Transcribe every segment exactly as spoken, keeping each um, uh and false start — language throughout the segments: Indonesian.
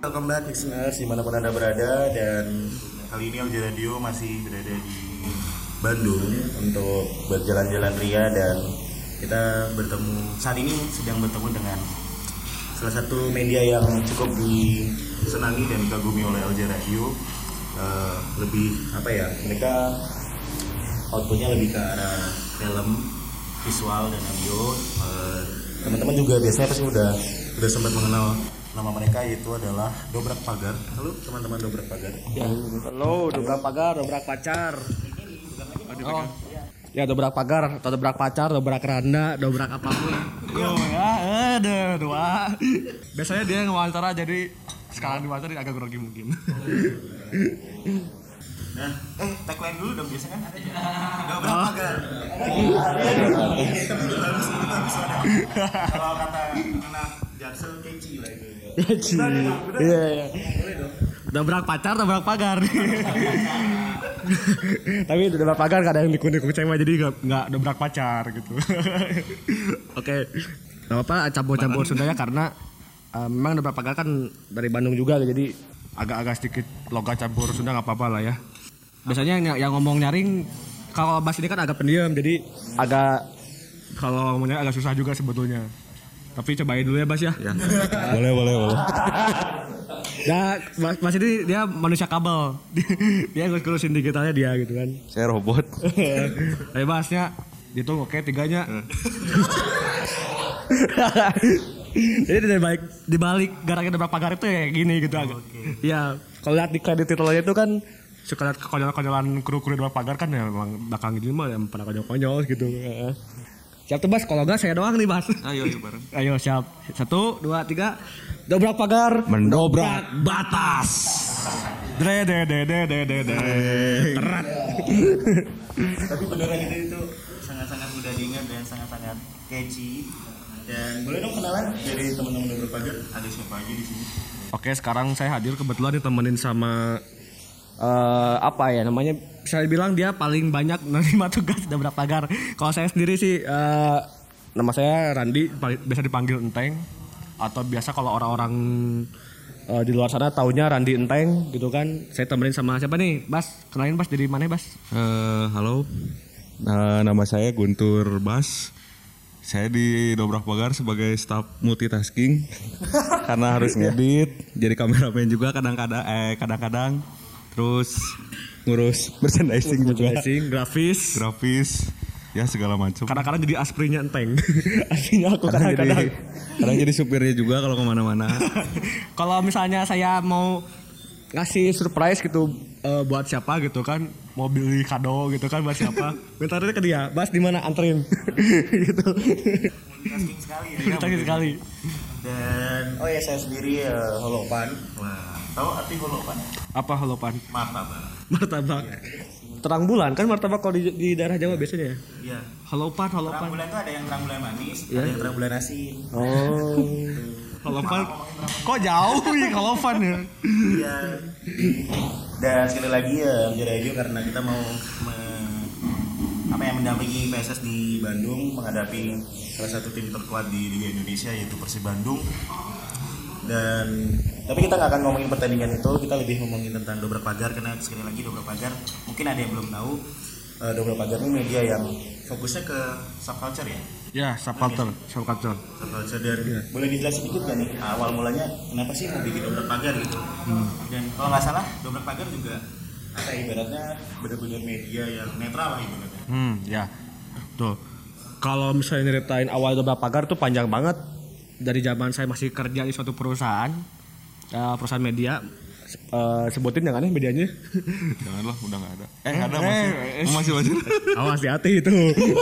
Welcome back listeners dimanapun Anda berada, dan kali ini L J Radio masih berada di Bandung untuk berjalan-jalan ria, dan kita bertemu saat ini sedang bertemu dengan salah satu media yang cukup disenangi dan dikagumi oleh L J Radio. Uh, lebih apa ya, mereka outputnya lebih ke arah film, visual dan audio. Uh, teman-teman juga biasanya pasti udah udah sempat mengenal nama mereka, yaitu adalah Dobrak Pagar. Halo teman-teman Dobrak Pagar. Ya. Halo Dobrak Pagar, Dobrak Pacar. Oh. Ya Dobrak Pagar atau Dobrak Pacar, Dobrak Randa, Dobrak apapun. Oh ya, ada dua. Biasanya dia ngewawancara, jadi sekarang diwawancara agak grogi mungkin. Nah, eh tagline dulu dong biasa kan? Dobrak Pagar. Kalau kata anak Jaksel keci lah itu. Keci. Iya iya. Dobrak pacar, dobrak pagar. Tapi dobrak pagar kadang nikung-nikung cewek, jadi nggak nggak dobrak pacar gitu. Oke. Gak apa-apa campur-campur Sundanya karena uh, memang dobrak pagar kan dari Bandung juga, jadi agak-agak sedikit logat campur Sunda nggak apa-apa lah ya. Biasanya yang, yang ngomong nyaring kalau Bas ini kan agak pendiam, jadi agak kalau ngomongnya agak susah juga sebetulnya. Tapi cobain dulu ya Bas ya. Ya. boleh boleh boleh. Nah, Mas, Mas ini dia manusia kabel. Dia ngurus-ngurusin digitalnya dia gitu kan. Saya robot. Tapi Basnya dihitung oke okay, tiganya. Jadi di balik di balik gara-gara dobrak pagar itu ya gini gitu agak. Okay. Ya, kalau lihat di kredit titelnya itu kan suka lihat kekonyolan-konyolan kru-kru dobrak pagar kan ya, memang belakang gini mah yang pernah konyol-konyol gitu. Siap tuh Bas, kalau enggak saya doang nih Bas. Ayo ayo bareng. Ayo siap. Satu, dua, tiga. Dobrak pagar, mendobrak batas. Dre de de de de de de. Terat. Tapi beneran itu itu sangat-sangat mudah diingat dan sangat-sangat catchy. Dan boleh dong kenalan dari teman-teman Dobrak Pagar, ada siapa aja di sini? Oke, sekarang saya hadir kebetulan ditemenin sama uh, apa ya namanya? Saya bilang dia paling banyak menerima tugas Dobrak Pagar. Kalau saya sendiri sih uh, nama saya Randi, biasa dipanggil Enteng, atau biasa kalau orang-orang uh, di luar sana taunya Randi Enteng gitu kan. Saya temenin sama siapa nih? Bas, kenalin Bas, dari mana Bas? Uh, halo. Uh, nama saya Guntur Bas. Saya di Dobrak Pagar sebagai staf multitasking karena harus ngedit, jadi kameramen juga kadang-kadang eh kadang-kadang terus ngurus merchandising juga, merchandising, grafis, grafis, ya segala macam. Kadang-kadang jadi asprinya Enteng. Asprinya aku kadang kadang-kadang. Jadi, kadang jadi supirnya juga kalau kemana-mana. Kalau misalnya saya mau ngasih surprise gitu uh, buat siapa gitu kan, mau beli kado gitu kan buat siapa, minta ke dia, Bas di mana anterin. Gitu. Multitasking sekali ya. Multitasking sekali. Dan oh ya, saya sendiri uh, Holopan. Wah, tahu arti Holopan? Apa Holopan? Martabak. Martabak. Terang bulan kan martabak kalau di, di daerah Jawa biasanya ya? Iya. Holopan, holopan. Terang bulan tuh ada yang terang bulan manis, ya? Ada yang terang bulan asin. Oh. Holopan. Kok jauh ya holopan ya? Iya. Dan sekali lagi ya L J Radio karena kita mau me, apa yang mendampingi P S S di Bandung menghadapi salah satu tim terkuat di Liga Indonesia, yaitu Persib Bandung. Dan tapi kita nggak akan ngomongin pertandingan itu, kita lebih ngomongin tentang Dobrak Pagar, karena sekali lagi Dobrak Pagar mungkin ada yang belum tahu, uh, Dobrak Pagar ini media yang fokusnya ke subculture ya. Ya, subculture, subculture. Subculture dan ya. Boleh dijelasin dikit kan nih awal mulanya kenapa sih mau bikin Dobrak Pagar gitu? Hmm. Dan kalau nggak salah Dobrak Pagar juga apa ibaratnya benar-benar media yang netral lah ibaratnya. Hmm, ya. Tuh. Kalau misalnya nyeritain awal Dobrak Pagar tuh panjang banget. Dari zaman saya masih kerja di suatu perusahaan, uh, perusahaan media, uh, sebutin yang aneh medianya. Janganlah, udah nggak ada. Eh nggak ada masih, eh, masih masih. Awas hati-hati itu.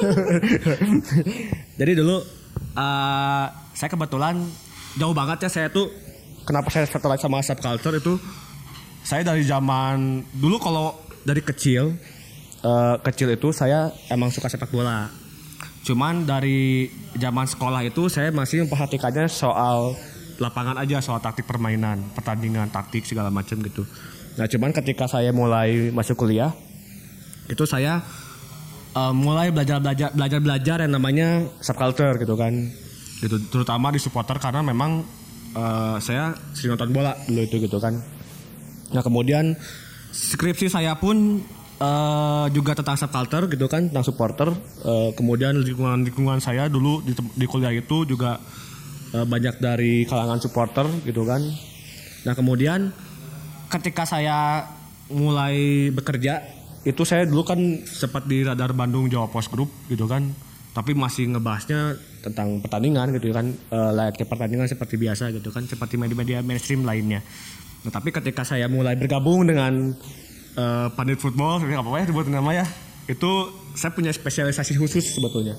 Jadi dulu uh, saya kebetulan jauh banget ya, saya tuh kenapa saya tertarik sama subculture itu, saya dari zaman dulu kalau dari kecil uh, kecil itu saya emang suka sepak bola. Cuman dari zaman sekolah itu saya masih memperhatikannya soal lapangan aja, soal taktik permainan, pertandingan, taktik segala macam gitu. Nah cuman ketika saya mulai masuk kuliah itu saya uh, mulai belajar belajar belajar belajar yang namanya subculture gitu kan. Gitu, terutama di supporter karena memang uh, saya sering nonton bola dulu itu gitu kan. Nah kemudian skripsi saya pun uh, juga tentang subculture gitu kan, tentang supporter. Uh, kemudian lingkungan lingkungan saya dulu di, di kuliah itu juga uh, banyak dari kalangan supporter gitu kan. Nah kemudian ketika saya mulai bekerja itu saya dulu kan sempat di Radar Bandung Jawa Post Group gitu kan, tapi masih ngebahasnya tentang pertandingan gitu kan, uh, layaknya pertandingan seperti biasa gitu kan, seperti media-media mainstream lainnya. Nah, tapi ketika saya mulai bergabung dengan uh, Pandit Football, apa apa ya sebut nama ya, itu saya punya spesialisasi khusus sebetulnya.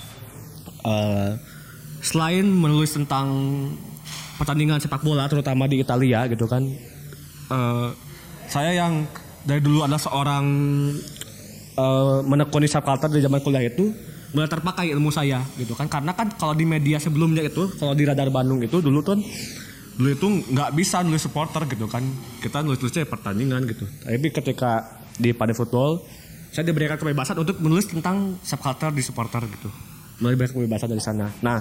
Uh, selain menulis tentang pertandingan sepak bola, terutama di Italia gitu kan, uh, saya yang dari dulu adalah seorang uh, menekuni subculture di zaman kuliah itu mulai terpakai ilmu saya gitu kan, karena kan kalau di media sebelumnya itu, kalau di Radar Bandung itu dulu tuh dulu itu nggak bisa nulis supporter gitu kan, kita nulis-nulisnya pertandingan gitu. Tapi ketika di Pandit Football saya diberikan kebebasan untuk menulis tentang subculture di supporter gitu, mulai diberikan kebebasan dari sana. Nah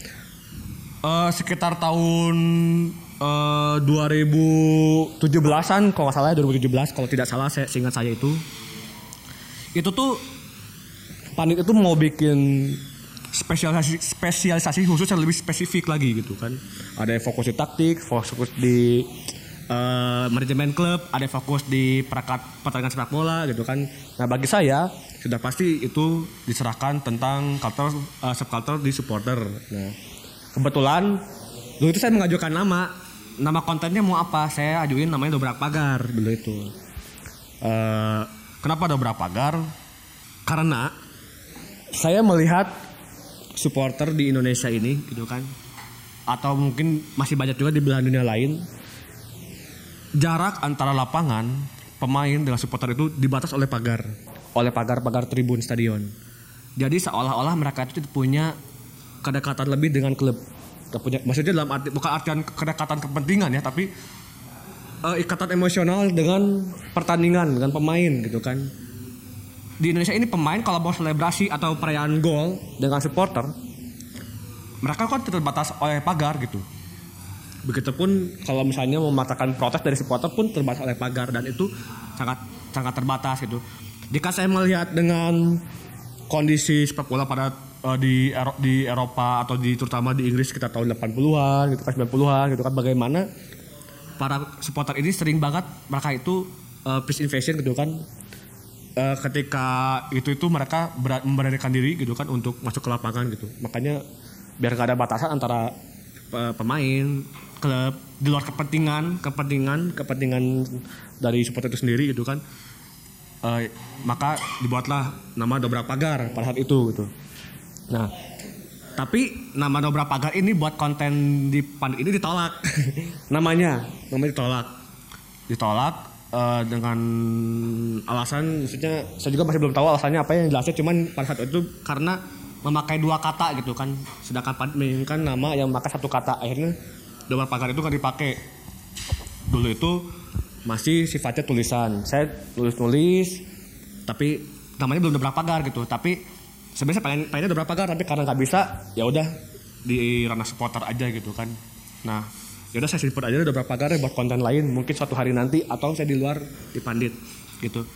uh, sekitar tahun uh, dua ribu tujuh belasan kalau nggak salah, dua ribu tujuh belas kalau tidak salah, saya seingat saya itu itu tuh Pandit itu mau bikin spesialisasi spesialisasi khusus yang lebih spesifik lagi gitu kan. Ada yang fokus di taktik, fokus di uh, manajemen klub, ada yang fokus di perangkat pertandingan sepak bola gitu kan. Nah bagi saya sudah pasti itu diserahkan tentang culture, uh, subculture di supporter. Nah kebetulan dulu itu saya mengajukan nama, nama kontennya mau apa? Saya ajuin namanya Dobrak Pagar dulu itu. Uh, kenapa Dobrak Pagar? Karena saya melihat supporter di Indonesia ini gitu kan, atau mungkin masih banyak juga di belahan dunia lain, jarak antara lapangan pemain dengan supporter itu dibatas oleh pagar, oleh pagar-pagar tribun stadion. Jadi seolah-olah mereka itu punya kedekatan lebih dengan klub. Punya, maksudnya dalam arti, bukan artian kedekatan kepentingan ya, tapi uh, ikatan emosional dengan pertandingan, dengan pemain gitu kan. Di Indonesia ini pemain kalau mau selebrasi atau perayaan gol dengan supporter, mereka kan terbatas oleh pagar gitu. Begitupun kalau misalnya mematahkan protes dari supporter pun terbatas oleh pagar, dan itu sangat sangat terbatas gitu. Jika saya melihat dengan kondisi sepak bola pada uh, di Ero- di Eropa atau di terutama di Inggris kita tahun delapan puluhan gitu kan, sembilan puluhan gitu kan, bagaimana para supporter ini sering banget mereka itu uh, pre-invasion gitu kan. Uh, ketika itu itu mereka ber- memberanikan diri gitu kan untuk masuk ke lapangan gitu. Makanya biar gak ada batasan antara uh, pemain, klub, di luar kepentingan, kepentingan, kepentingan dari supporter itu sendiri gitu kan. Uh, maka dibuatlah nama Dobrak Pagar pada saat itu gitu. Nah, tapi nama Dobrak Pagar ini buat konten di Pandit ini ditolak. namanya, namanya ditolak. Ditolak Uh, dengan alasan, maksudnya saya juga masih belum tahu alasannya apa yang jelasnya, cuman pada saat itu karena memakai dua kata gitu kan, sedangkan Pandit menginginkan nama yang memakai satu kata, akhirnya Dobrak Pagar itu kan dipakai. Dulu itu masih sifatnya tulisan, saya tulis-tulis tapi namanya belum Dobrak Pagar gitu, tapi sebenarnya pengen pengennya Dobrak Pagar, tapi karena nggak bisa ya udah di ranah supporter aja gitu kan. Nah ya udah saya simpen aja Dobrak Pagar buat konten lain mungkin suatu hari nanti, atau saya di luar di Pandit gitu.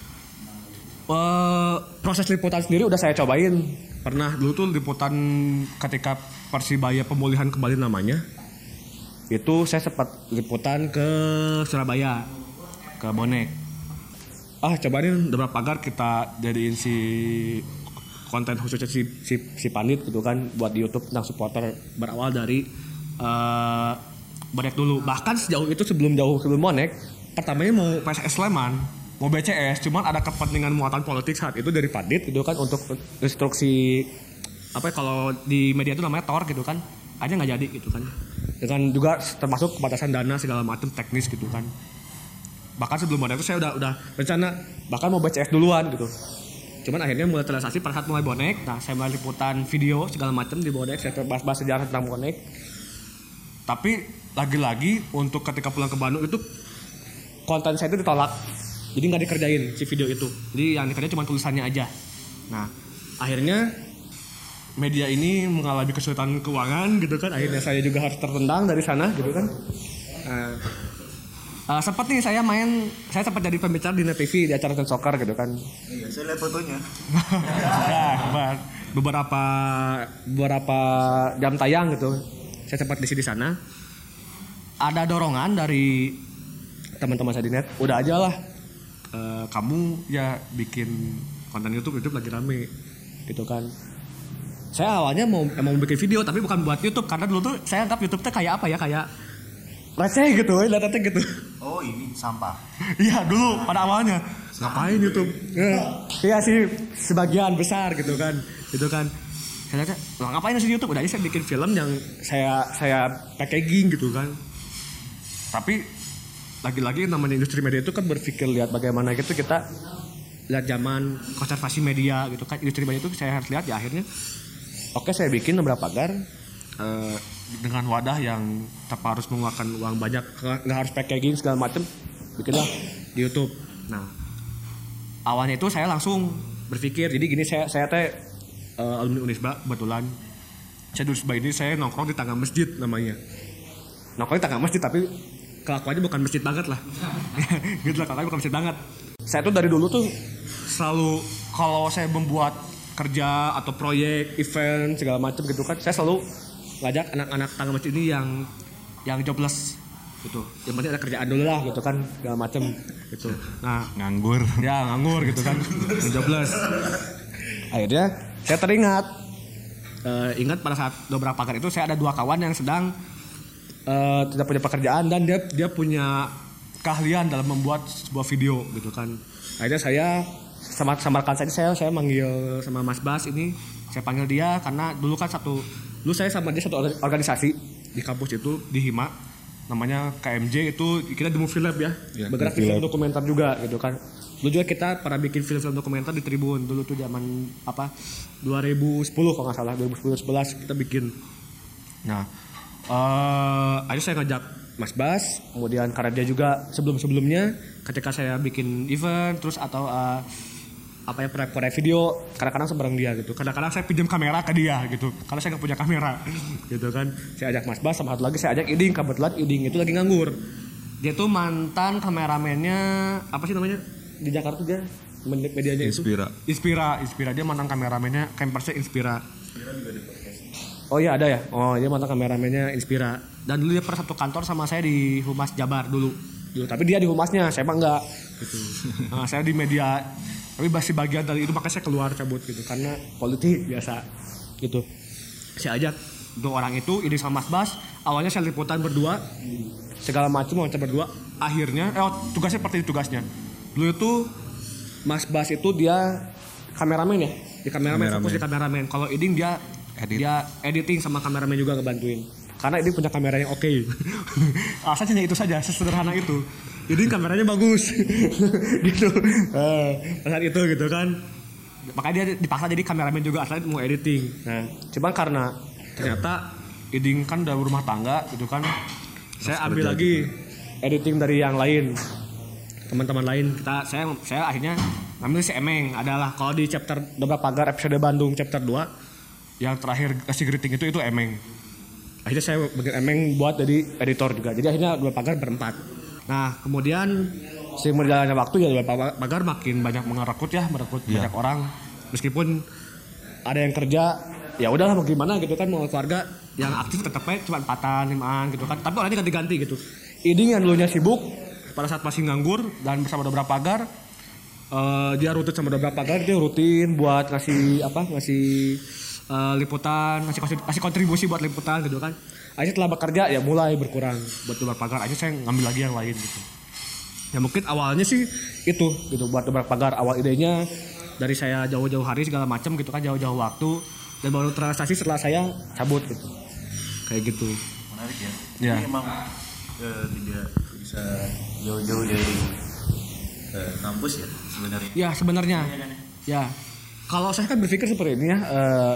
Uh, proses liputan sendiri udah saya cobain. Pernah dulu tuh liputan ketika Persibaya pemulihan kembali namanya, itu saya sempat liputan ke Surabaya, ke Bonek. Ah cobain Dobrak Pagar kita jadiin si konten khususnya si, si, si Pandit gitu kan, buat di YouTube tentang supporter, berawal dari uh, Bonek dulu. Bahkan sejauh itu sebelum jauh sebelum Bonek, pertamanya mau P S S Sleman, mau B C S, cuman ada kepentingan muatan politik saat itu dari Pandit gitu kan, untuk instruksi apa ya, kalau di media itu namanya Tor gitu kan, aja nggak jadi gitu kan, dengan juga termasuk kebatasan dana segala macam teknis gitu kan. Bahkan sebelum Bonek itu saya udah udah rencana bahkan mau B C S duluan gitu, cuman akhirnya mulai terrealisasi pada saat mulai Bonek. Nah saya mulai liputan video segala macam di Bonek, saya bahas-bahas sejarah tentang Bonek. Tapi lagi-lagi untuk ketika pulang ke Bandung itu konten saya itu ditolak, jadi nggak dikerjain si video itu, jadi yang dikerjain cuma tulisannya aja. Nah akhirnya media ini mengalami kesulitan keuangan gitu kan, akhirnya saya juga harus tertendang dari sana gitu kan. Uh, uh, sempat nih saya main, saya sempat jadi pembicara di Net T V di acara Ten Soccer gitu kan. Iya, saya lihat fotonya. Ya, beberapa beberapa jam tayang gitu, saya sempat di sana. Ada dorongan dari teman-teman saya di net, udah aja lah, uh, kamu ya bikin konten YouTube, YouTube lagi rame gitu kan. Saya awalnya mau emang mau bikin video tapi bukan buat YouTube, karena dulu tuh saya anggap YouTube tuh kayak apa ya, kayak receh gitu, lihatnya gitu. Oh ini sampah. Iya dulu pada awalnya ngapain YouTube? Iya sih sebagian besar gitu kan, gitu kan. Saya lihatnya, lah ngapain sih YouTube? Udah aja saya bikin film yang saya saya packaging gitu kan. Tapi lagi-lagi namanya industri media itu kan berpikir lihat bagaimana gitu kita lihat zaman konservasi media gitu kan, industri media itu saya harus lihat ya akhirnya. Oke, saya bikin beberapa pagar uh, dengan wadah yang tanpa harus mengeluarkan uang banyak, nggak harus packaging segala macam, bikinlah di YouTube. Nah, awalnya itu saya langsung berpikir, jadi gini, saya saya teh uh, alumni Unisba kebetulan. Saya dulu sebagai ini saya nongkrong di tangga masjid namanya. Nongkrong di tangga masjid tapi kelakuannya bukan masjid banget lah. Gitu lah, kelakuannya bukan masjid banget. Saya tuh dari dulu tuh selalu kalau saya membuat kerja atau proyek, event segala macam gitu kan, saya selalu ngajak anak-anak tangga masjid ini yang yang jobless gitu. Yang penting ada kerjaan dulu lah gitu kan, segala macam gitu. Nah, nganggur. Ya, nganggur gitu kan. Jobless. Akhirnya saya teringat uh, ingat pada saat beberapa pagar itu saya ada dua kawan yang sedang uh, tidak punya pekerjaan dan dia dia punya keahlian dalam membuat sebuah video gitu kan. Akhirnya saya sama sama rekan saya saya saya manggil sama Mas Bas ini, saya panggil dia karena dulu kan satu dulu saya sama dia satu organisasi di kampus itu di Hima namanya K M J, itu kita di Movie Lab ya, ya bergerak di film dokumenter juga gitu kan. Dulu juga kita pernah bikin film-film dokumenter di Tribun dulu tuh zaman apa dua ribu sepuluh kalau nggak salah, dua ribu sepuluh sebelas kita bikin. Nah, uh, akhirnya saya ngajak Mas Bas, kemudian karena dia juga sebelum-sebelumnya ketika saya bikin event terus atau uh, apa ya proyek video, kadang-kadang seberang dia gitu, kadang-kadang saya pinjam kamera ke dia gitu karena saya nggak punya kamera gitu kan. Saya ajak Mas Bas, sama satu lagi saya ajak Iding, kebetulan Iding itu lagi nganggur. Dia tuh mantan kameramennya apa sih namanya di Jakarta, dia medianya itu Inspira. Inspira, Inspira dia mantan kameramennya campersnya Inspira. Oh iya ada ya, oh dia mantan kameramennya Inspira. Dan dulu dia pernah satu kantor sama saya di Humas Jabar dulu. dulu. Tapi dia di Humasnya, saya mah enggak gitu. Nah, saya di media, tapi masih bagian dari itu, makanya saya keluar cabut gitu karena politik biasa gitu. Saya ajak dua orang itu, ini sama Mas Bas. Awalnya saya liputan berdua, segala macam wawancara berdua. Akhirnya, eh, oh, tugasnya seperti itu tugasnya. Dulu itu Mas Bas itu dia kameramen ya, di kameramen, fokus di kameramen. Kalau Iding dia Edit. dia editing sama kameramen juga ngebantuin. Karena ini punya kamera yang oke. Okay. Alasannya itu saja, sesederhana itu. Jadi kameranya bagus. Gitu. Uh, saat itu gitu kan. Makanya dia dipaksa jadi kameramen juga, asalnya mau editing. Nah, cuma karena ternyata editing kan udah rumah tangga gitu kan. Saya ambil lagi editing dari yang lain. Teman-teman lain, kita saya saya akhirnya ngambil si Emeng. Adalah kalau di chapter Dobrak Pagar episode Bandung chapter dua yang terakhir kasih greeting itu itu Emeng. Akhirnya saya bikin Emeng buat jadi editor juga. Jadi akhirnya Dobrak Pagar berempat. Nah, kemudian seiring berjalannya waktu ya Dobrak Pagar makin banyak merekrut ya, merekrut yeah. banyak orang. Meskipun ada yang kerja, ya udahlah mau gimana gitu kan, mau keluarga yang aktif tetap aja cuma empatan, limaan gitu kan. Tapi orangnya ganti-ganti gitu. Iding yang dulunya sibuk pada saat masih nganggur dan bersama Dobrak Pagar, uh, dia rutin sama Dobrak Pagar, dia rutin buat ngasih apa, ngasih uh, liputan, ngasih, ngasih kontribusi buat liputan gitu kan. Akhirnya setelah bekerja ya mulai berkurang buat Dobrak Pagar. Akhirnya saya ngambil lagi yang lain gitu. Ya mungkin awalnya sih itu gitu buat Dobrak Pagar. Awal idenya dari saya jauh-jauh hari segala macam gitu kan, jauh-jauh waktu, dan baru terrealisasi setelah saya cabut gitu. Kayak gitu. Menarik ya. Ya. Jadi emang uh, tidak bisa jauh-jauh dari uh, kampus ya sebenarnya. Ya sebenarnya. Ya, kan? Ya. Kalau saya kan berpikir seperti ini ya. Uh,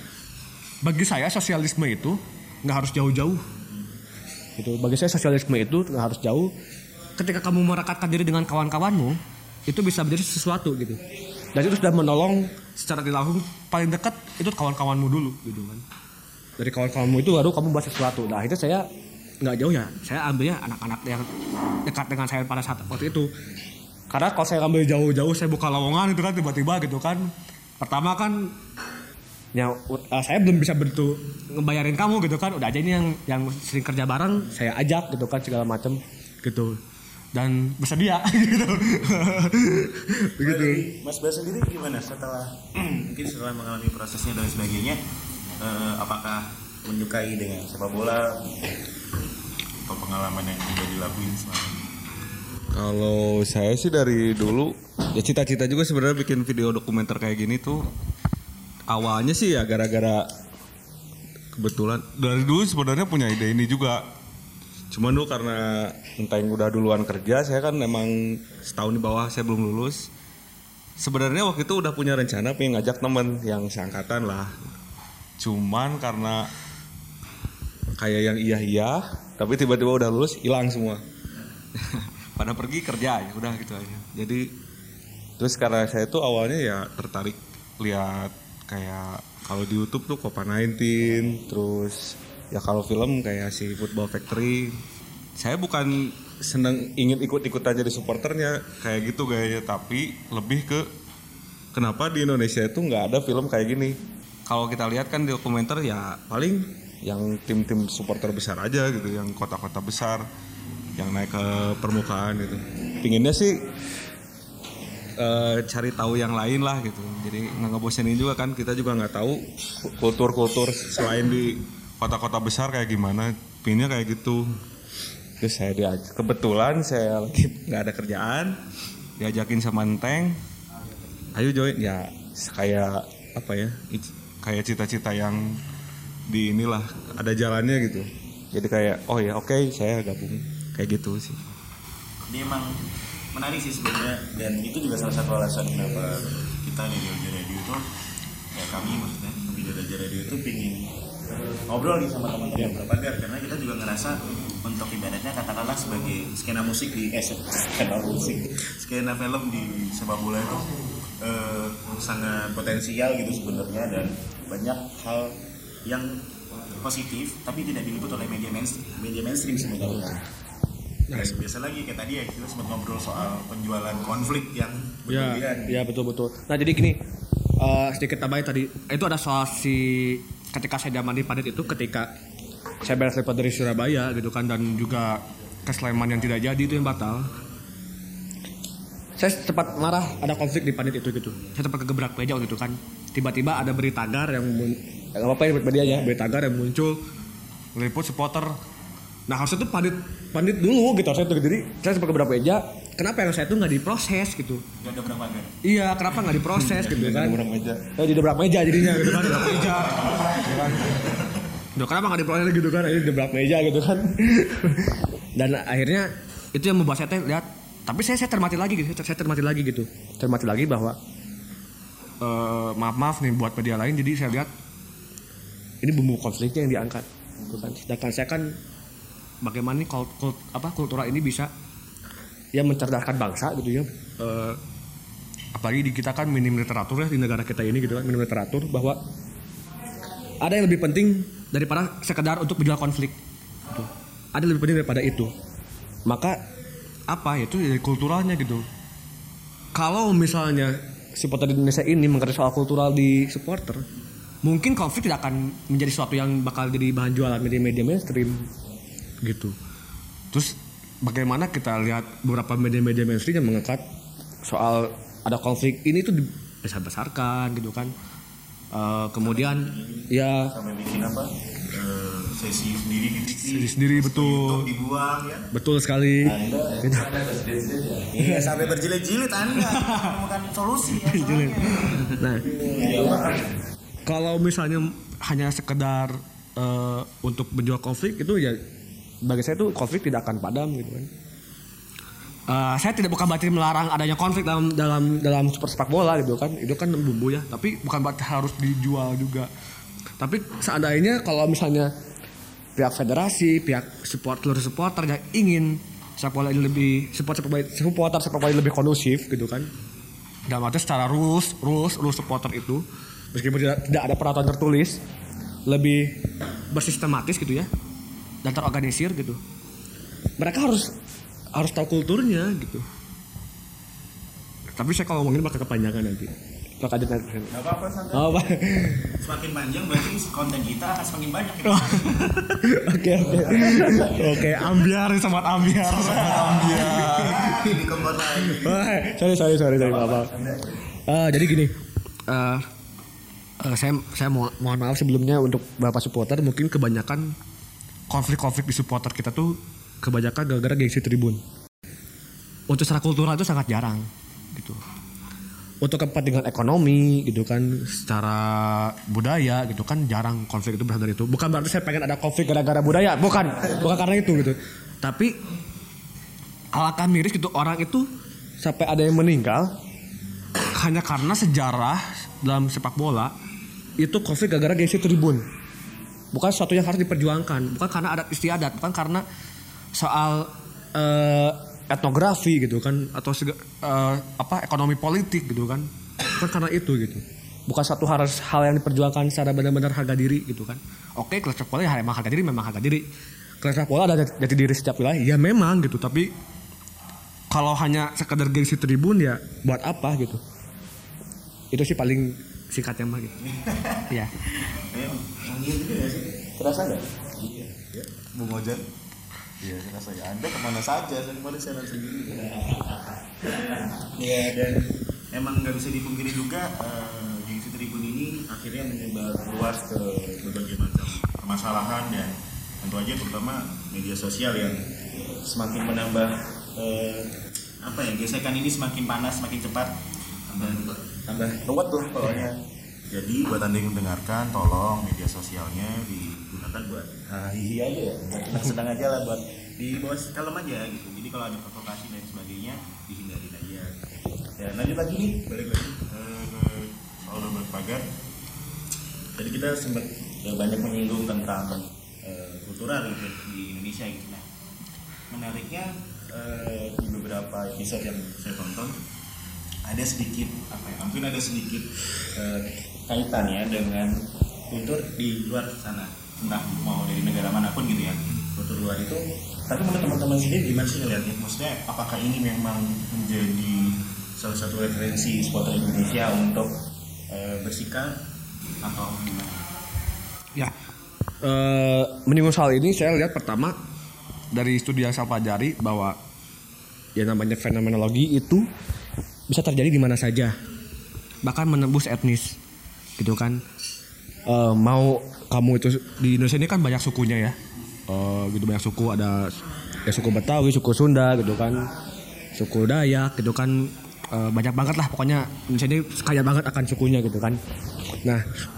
bagi saya sosialisme itu nggak harus jauh-jauh. Gitu. Bagi saya sosialisme itu nggak harus jauh. Ketika kamu merekatkan diri dengan kawan-kawanmu, itu bisa menjadi sesuatu gitu. Dan itu sudah menolong secara tidak langsung, paling dekat itu kawan-kawanmu dulu gitu kan. Dari kawan-kawanmu itu baru kamu bahas sesuatu. Nah itu saya nggak jauh ya, saya ambilnya anak-anak yang dekat dengan saya pada saat waktu itu. Karena kalau saya ambil jauh-jauh, saya buka lowongan itu kan tiba-tiba gitu kan. Pertama kan ya uh, saya belum bisa bentuk ngebayarin kamu gitu kan. Udah aja ini yang yang sering kerja bareng saya ajak gitu kan segala macam gitu. Dan bersedia gitu. Begitu. Mas Bas sendiri gimana setelah mungkin setelah mengalami prosesnya dan sebagainya, uh, apakah menyukai dengan sepak bola atau pengalaman yang sudah dilakuin selama ini? Kalau saya sih dari dulu ya cita-cita juga sebenarnya bikin video dokumenter kayak gini tuh awalnya sih ya gara-gara kebetulan dari dulu sebenarnya punya ide ini juga. Cuman dulu karena entah yang udah duluan kerja, saya kan emang setahun di bawah, saya belum lulus. Sebenarnya waktu itu udah punya rencana pengen ngajak temen yang seangkatan lah. Cuman karena kayak yang iya-iya, tapi tiba-tiba udah lulus hilang semua. Pada pergi kerja ya udah gitu aja. Jadi terus karena saya tuh awalnya ya tertarik lihat kayak kalau di YouTube tuh Copa sembilan belas, terus ya kalau film kayak si Football Factory. Saya bukan seneng ingin ikut-ikutan jadi supporternya kayak gitu gayanya, tapi lebih ke kenapa di Indonesia itu nggak ada film kayak gini. Kalau kita lihat kan di dokumenter ya paling yang tim-tim supporter besar aja gitu, yang kota-kota besar yang naik ke permukaan gitu. Pinginnya sih uh, cari tahu yang lain lah gitu. Jadi nggak ngebosenin juga kan, kita juga nggak tahu kultur-kultur selain di kota-kota besar kayak gimana. Pinginnya kayak gitu. Terus saya diajak, kebetulan saya lagi nggak ada kerjaan, diajakin sama Enteng, ayo join ya kayak apa ya, kayak cita-cita yang di inilah ada jalannya gitu. Jadi kayak oh ya oke okay, saya gabung. Kayak gitu sih. Ini emang menarik sih sebenarnya, dan itu juga salah satu alasan kenapa kita di Raja Radio itu, ya kami maksudnya kami di Raja Radio itu pingin ngobrol nih sama teman-teman berpagar, karena kita juga ngerasa untuk ibaratnya katakanlah sebagai skena musik di eh skena musik, skena film di sepak bola itu eh, sangat potensial gitu sebenarnya, dan banyak hal yang positif tapi tidak diliput oleh media mainstream, media mainstream sebenarnya. Nah, biasa lagi kayak tadi ya kita sempat ngobrol soal penjualan konflik yang berlebihan. Ya, ya betul betul. Nah jadi gini, uh, sedikit tambahin tadi itu ada soal si ketika saya zaman di Padit itu, ketika saya beres repot dari Surabaya gitu kan, dan juga ke Sleman yang tidak jadi itu yang batal. Saya sempat marah, ada konflik di Padit itu gitu. Saya sempat kegebrak meja waktu itu kan. Tiba-tiba ada berita tagar yang apa ya medianya, berita tagar yang muncul meliput supporter. Nah harusnya tuh pandit pandit dulu gitu, saya tuh jadi saya sempat keberapa meja, kenapa yang saya tuh nggak diproses gitu? Nggak ada berapa meja? Iya, kenapa nggak diproses gitu kan? Dobrak meja. Oh, di dobrak meja jadinya gitu kan, dobrak meja. Gitu kan. Duh, kenapa nggak diproses gitu kan? Ini dobrak meja gitu kan. Dan akhirnya itu yang membuat saya lihat, tapi saya saya termati lagi gitu, saya termati lagi gitu, termati lagi bahwa uh, maaf maaf nih buat media lain, jadi saya lihat ini bumbu konfliknya yang diangkat, gitu kan. Sedangkan saya kan bagaimana nih kult, kult, apa kultural ini bisa ya mencerdaskan bangsa gitu ya, uh, apalagi di kita kan minim literatur ya di negara kita ini gitu kan, minim literatur bahwa ada yang lebih penting daripada sekedar untuk menjual konflik gitu. Ada yang lebih penting daripada itu, maka apa itu dari kulturalnya gitu. Kalau misalnya supporter di Indonesia ini mengerti soal kultural di supporter, mungkin konflik tidak akan menjadi sesuatu yang bakal jadi bahan jualan media-media mainstream gitu. Terus bagaimana kita lihat beberapa media-media mainstream yang mengangkat soal ada konflik ini tuh dibesar-besarkan gitu kan. Uh, kemudian ya sampai bikin apa uh, sesi sendiri di T V, sesi sendiri betul dibuang ya, betul sekali. Iya sampai berjilid-jilid Anda menemukan solusi ya. Nah kalau misalnya hanya sekedar uh, untuk menjual konflik itu ya bagi saya tuh konflik tidak akan padam gitu kan. Uh, saya tidak bukan berarti melarang adanya konflik dalam dalam dalam super sepak bola gitu kan, itu kan bumbu ya, tapi bukan berarti harus dijual juga. Tapi seandainya kalau misalnya pihak federasi, pihak support seluruh supporter yang ingin sepak bola ini lebih support supporter supporter sepak bola lebih kondusif gitu kan, dalam arti secara rules rules rules supporter itu meskipun tidak, tidak ada peraturan tertulis, lebih bersistematis gitu ya dan terorganisir gitu. Mereka harus harus tahu kulturnya gitu. Tapi saya kalau ngomongin bakal kepanjangan nanti. Bakal ada nanti. Gak apa-apa santai. Oh, apa? Semakin panjang berarti konten kita akan semakin banyak. Oke oke. Oke, ambiar sobat ambiar. Sobat ambiar. Ini kembar lagi. Sorry sorry sorry sorry maaf. Uh, jadi gini. Uh, uh, saya saya mo- mohon maaf sebelumnya untuk Bapak supporter, mungkin kebanyakan konflik-konflik di supporter kita tuh kebanyakan gara-gara gengsi tribun. Untuk secara kultural itu sangat jarang gitu. Untuk kepentingan ekonomi gitu kan, secara budaya gitu kan jarang konflik itu berasal dari itu. Bukan berarti saya pengen ada konflik gara-gara budaya, bukan, bukan karena itu gitu. Tapi alangkah miris gitu orang itu sampai ada yang meninggal hanya karena sejarah dalam sepak bola itu konflik gara-gara gengsi tribun. Bukan sesuatu yang harus diperjuangkan, bukan karena adat istiadat, bukan karena soal uh, etnografi gitu kan atau sega, uh, apa ekonomi politik gitu kan, bukan karena itu gitu. Bukan satu harus hal yang diperjuangkan secara benar-benar harga diri gitu kan. Oke, klub sepak bola ya memang harga diri, memang harga diri. Klub sepak bola ada jati diri setiap wilayah, ya memang gitu. Tapi kalau hanya sekedar gengsi tribun ya buat apa gitu? Itu sih paling singkatnya mah gitu. Iya. Iya gitu ya sih. Terasa nggak? Iya. Ya. Bung Ojan. Iya, terasa ya. Anda kemana saja? Saya kemarin saya sendiri. Iya, dan emang nggak bisa dipungkiri juga uh, gengsi tribun ini akhirnya menyebar luas ke berbagai macam permasalahan dan tentu aja terutama media sosial yang semakin menambah uh, apa ya gesekan ini semakin panas, semakin cepat, tambah tambah ruwet tuh pokoknya. Jadi buat Anda yang mendengarkan, tolong media sosialnya digunakan buat hahihi aja ya, sedang aja lah, buat di bawah kalem aja gitu. Jadi kalau ada provokasi dan sebagainya dihindarin aja. Ya lanjut lagi nih, balik lagi uh, ke soal Dobrak Pagar. Tadi kita sempat uh, banyak menyinggung tentang uh, kultural gitu di Indonesia gitu. Nah, menariknya uh, di beberapa episode yang saya tonton ada sedikit apa ya, mungkin ada sedikit uh, kaitannya dengan kultur di luar sana, entah mau dari negara manapun gitu ya, kultur luar itu. Tapi menurut teman-teman sendiri gimana sih ngeliatnya? Maksudnya apakah ini memang menjadi salah satu referensi supporter Indonesia untuk uh, bersikap atau gimana? Ya, uh, menyinggung soal ini saya lihat pertama dari studi yang saya pelajari bahwa ya namanya fenomenologi itu bisa terjadi di mana saja, bahkan menembus etnis, gitu kan. Uh, mau kamu itu di Indonesia ini kan banyak sukunya ya, uh, gitu banyak suku, ada ya suku Betawi, suku Sunda, gitu kan, suku Dayak, gitu kan, uh, banyak banget lah pokoknya Indonesia ini kaya banget akan sukunya, gitu kan. Nah,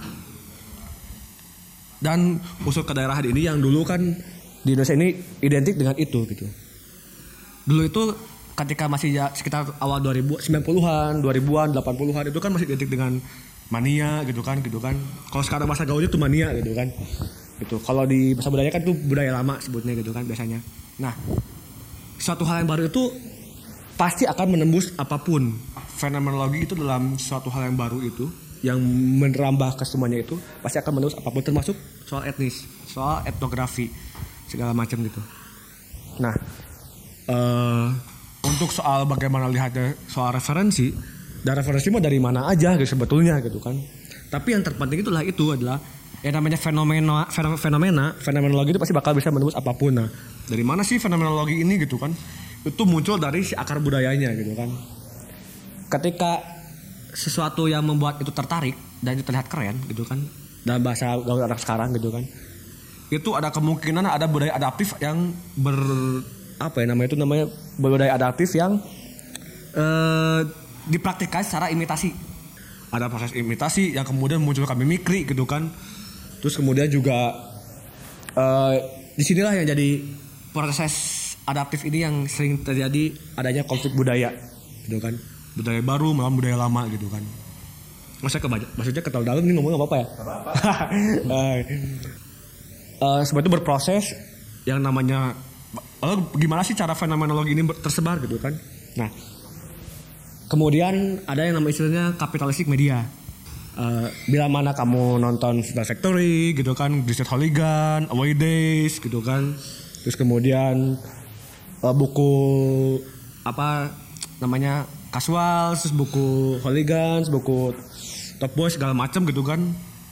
dan unsur kedaerahan ini yang dulu kan di Indonesia ini identik dengan itu, gitu. Dulu itu ketika masih ya sekitar awal dua ribu sembilan puluhan, dua ribuan, delapan puluhan itu kan masih identik dengan mania gitu kan, gitu kan. Kalau sekarang bahasa gaulnya tuh mania gitu kan. Gitu. Kalau di bahasa budaya kan tuh budaya lama sebutnya gitu kan biasanya. Nah, suatu hal yang baru itu pasti akan menembus apapun. Fenomenologi itu dalam suatu hal yang baru itu yang merambah ke semuanya itu pasti akan menembus apapun, termasuk soal etnis, soal etnografi segala macam gitu. Nah, uh, untuk soal bagaimana lihatnya soal referensi, dan referensi mah dari mana aja gitu sebetulnya gitu kan. Tapi yang terpenting itulah itu adalah yang namanya fenomena fenomena fenomenologi itu pasti bakal bisa menembus apapun. Nah, dari mana sih fenomenologi ini gitu kan? Itu muncul dari si akar budayanya gitu kan. Ketika sesuatu yang membuat itu tertarik dan itu terlihat keren gitu kan, dalam bahasa gaul anak sekarang gitu kan, itu ada kemungkinan ada budaya adaptif yang ber apa ya namanya itu namanya budaya adaptif yang eh, dipraktikkan secara imitasi. Ada proses imitasi yang kemudian munculkan mimikri gitu kan. Terus kemudian juga eh, disinilah yang jadi proses adaptif ini yang sering terjadi adanya konflik budaya gitu kan. Budaya baru melawan budaya lama gitu kan. Maksudnya kebaca, maksudnya ketal dalam nih ngomong apa-apa ya? Apa-apa. uh, sebab itu berproses yang namanya lalu gimana sih cara fenomenologi ini tersebar gitu kan. Nah, kemudian ada yang namanya istilahnya kapitalistik media. Uh, bila mana kamu nonton Football Factory gitu kan, Greased Hooligan, Away Days gitu kan, terus kemudian uh, buku apa namanya Casual, terus buku Hooligans, buku Top Boy segala macam gitu kan,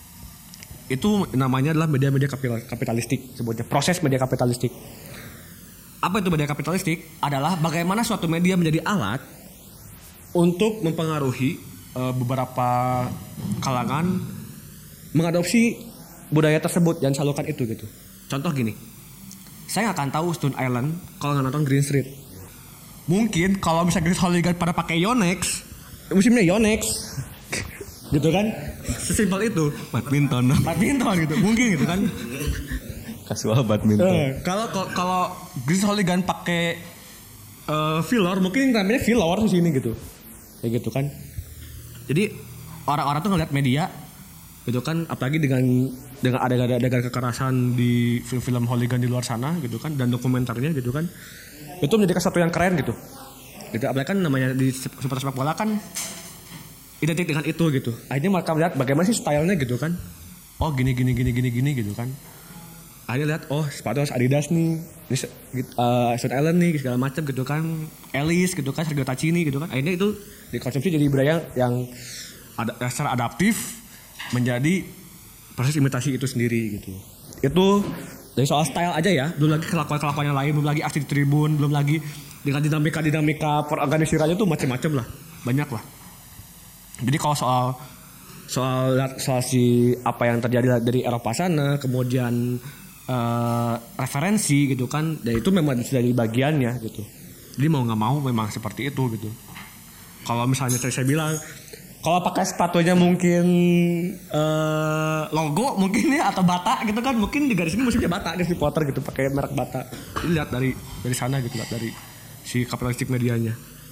itu namanya adalah media-media kapitalistik sebutnya, proses media kapitalistik. Apa itu media kapitalistik? Adalah bagaimana suatu media menjadi alat untuk mempengaruhi Uh, beberapa kalangan mengadopsi budaya tersebut dan salurkan itu gitu. Contoh gini, saya nggak akan tahu Stone Island kalau nggak nonton Green Street. Mungkin kalau misalnya Greased Hooligan pada pakai Yonex, musimnya Yonex, gitu kan? Sesimpel itu. Badminton. Badminton gitu, mungkin gitu kan? Casual badminton. Uh, kalau kalau Greased Hooligan pakai uh, filler, mungkin namanya filler di sini gitu, kayak gitu kan? Jadi orang-orang tuh ngeliat media gitu kan, apalagi dengan dengan ada adegan kekerasan di film-film hooligan di luar sana gitu kan, dan dokumenternya gitu kan, itu menjadi sesuatu yang keren gitu. Gitu, apalagi kan namanya di supporter sepak bola kan identik dengan itu gitu. Akhirnya mereka melihat bagaimana sih stylenya gitu kan. Oh gini gini gini gini gini gitu kan. Akhirnya lihat oh sepatu Adidas nih, ini uh, Stone Island nih segala macam gitu kan, Alice gitu kan, Sergio Tacchini gitu kan. Akhirnya itu dikonsumsi jadi budaya yang ada secara adaptif menjadi proses imitasi itu sendiri gitu. Itu dari soal style aja ya, belum lagi kelakuan-kelakuan yang lain, belum lagi aksi di tribun, belum lagi dengan dinamika-dinamika perorganisasirannya tuh macam-macam lah, banyak lah. Jadi kalau soal soal soal si apa yang terjadi dari Eropa sana, kemudian uh, referensi gitu kan, dan itu memang sudah di bagiannya gitu. Jadi mau nggak mau memang seperti itu gitu. Kalau misalnya saya, saya bilang, kalau pakai sepatunya mungkin uh, logo mungkin ya atau Bata gitu kan, mungkin di garis ini musiknya Bata di supporter gitu, pakai merek Bata. Jadi lihat dari dari sana gitu, lihat dari si kapitalistik medianya.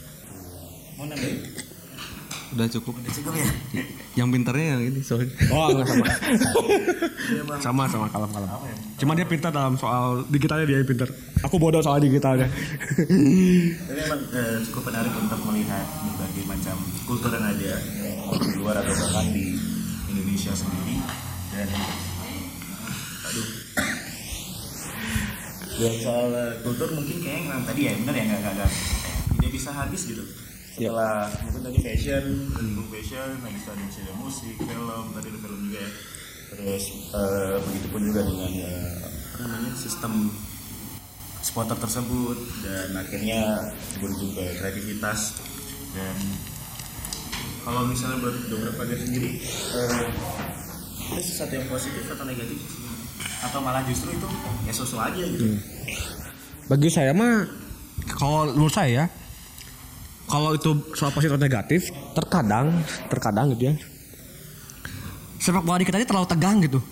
Mau nambahin? Udah cukup. Udah cukup ya? Yang pintarnya yang ini soalnya. Oh enggak sama. sama sama kalem-kalem. Cuma dia pintar dalam soal digitalnya, dia yang pintar. Aku bodoh soal digitalnya. Tapi memang eh, cukup menarik untuk melihat berbagai macam kultur yang ada di luar atau bahkan di Indonesia sendiri. Dan aduh. Dan soal uh, kultur mungkin kayaknya yang tadi ya benar ya nggak nggak tidak bisa habis gitu. Setelah yep. Mungkin tadi fashion, hmm. fashion, habis tadi ada musik, film, tadi ada film juga ya. Terus uh, begitupun juga dengan uh, apa namanya sistem supporter tersebut, dan akhirnya berujung ke kreativitas. Dan kalau misalnya buat beberapa dia sendiri, uh, itu sesuatu yang positif atau negatif, atau malah justru itu ya sosok aja gitu. Hmm. Bagi saya mah, kalau menurut saya ya, kalau itu soal positif atau negatif, terkadang, terkadang gitu ya, sepak bola di kita ini terlalu tegang gitu,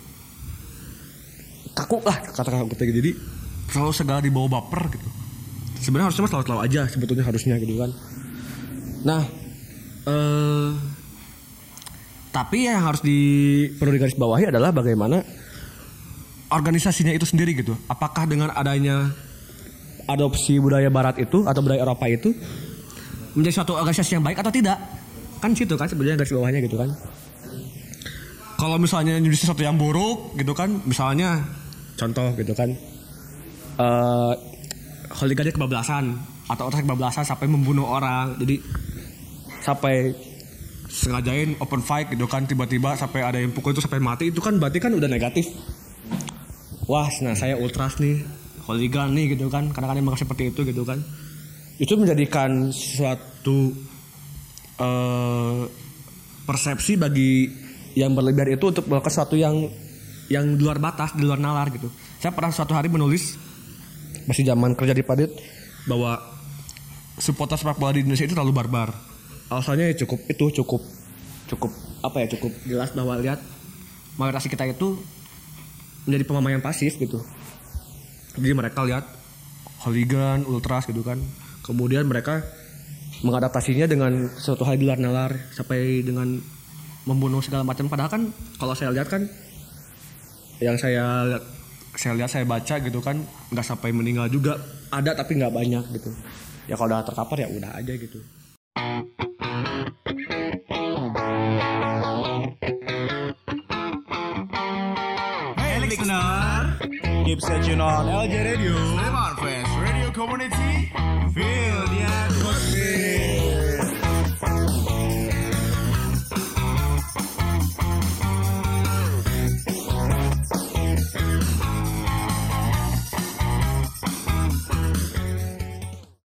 kaku lah kata-kata kita gitu. Jadi selalu segala dibawa baper gitu. Sebenarnya harusnya selalu selalu aja sebetulnya harusnya gitu kan. Nah, eh, tapi yang harus di perlu digarisbawahi adalah bagaimana organisasinya itu sendiri gitu. Apakah dengan adanya adopsi budaya Barat itu atau budaya Eropa itu menjadi suatu organisasi yang baik atau tidak? Kan situ kan sebenarnya garis bawahnya gitu kan. Kalau misalnya jadi sesuatu yang buruk gitu kan, misalnya contoh gitu kan, uh, hooligannya kebablasan atau orang kebablasan sampai membunuh orang, jadi sampai sengajain open fight gitu kan, tiba-tiba sampai ada yang pukul itu sampai mati, itu kan berarti kan udah negatif. Wah, nah saya ultras nih, hooligan nih gitu kan, kadang-kadang memang seperti itu gitu kan. Itu menjadikan suatu uh, persepsi bagi yang berlebihan itu untuk melakukan sesuatu yang yang di luar batas, di luar nalar gitu. Saya pernah suatu hari menulis, masih zaman kerja di Padit, bahwa supporter sepak bola di Indonesia itu terlalu barbar. Alasannya ya cukup itu cukup cukup apa ya cukup jelas bahwa lihat mayoritas kita itu menjadi pemain pasif gitu. Jadi mereka lihat hooligan, ultras gitu kan. Kemudian mereka mengadaptasinya dengan suatu hal di luar nalar sampai dengan membunuh segala macam. Padahal kan kalau saya lihat kan yang saya lihat, saya lihat saya baca gitu kan nggak sampai meninggal juga, ada tapi nggak banyak gitu. Ya kalau udah terkapar ya udah aja gitu. Keep stay tune on L J Radio. Sleman Fest Radio Community. Feel the atmosphere.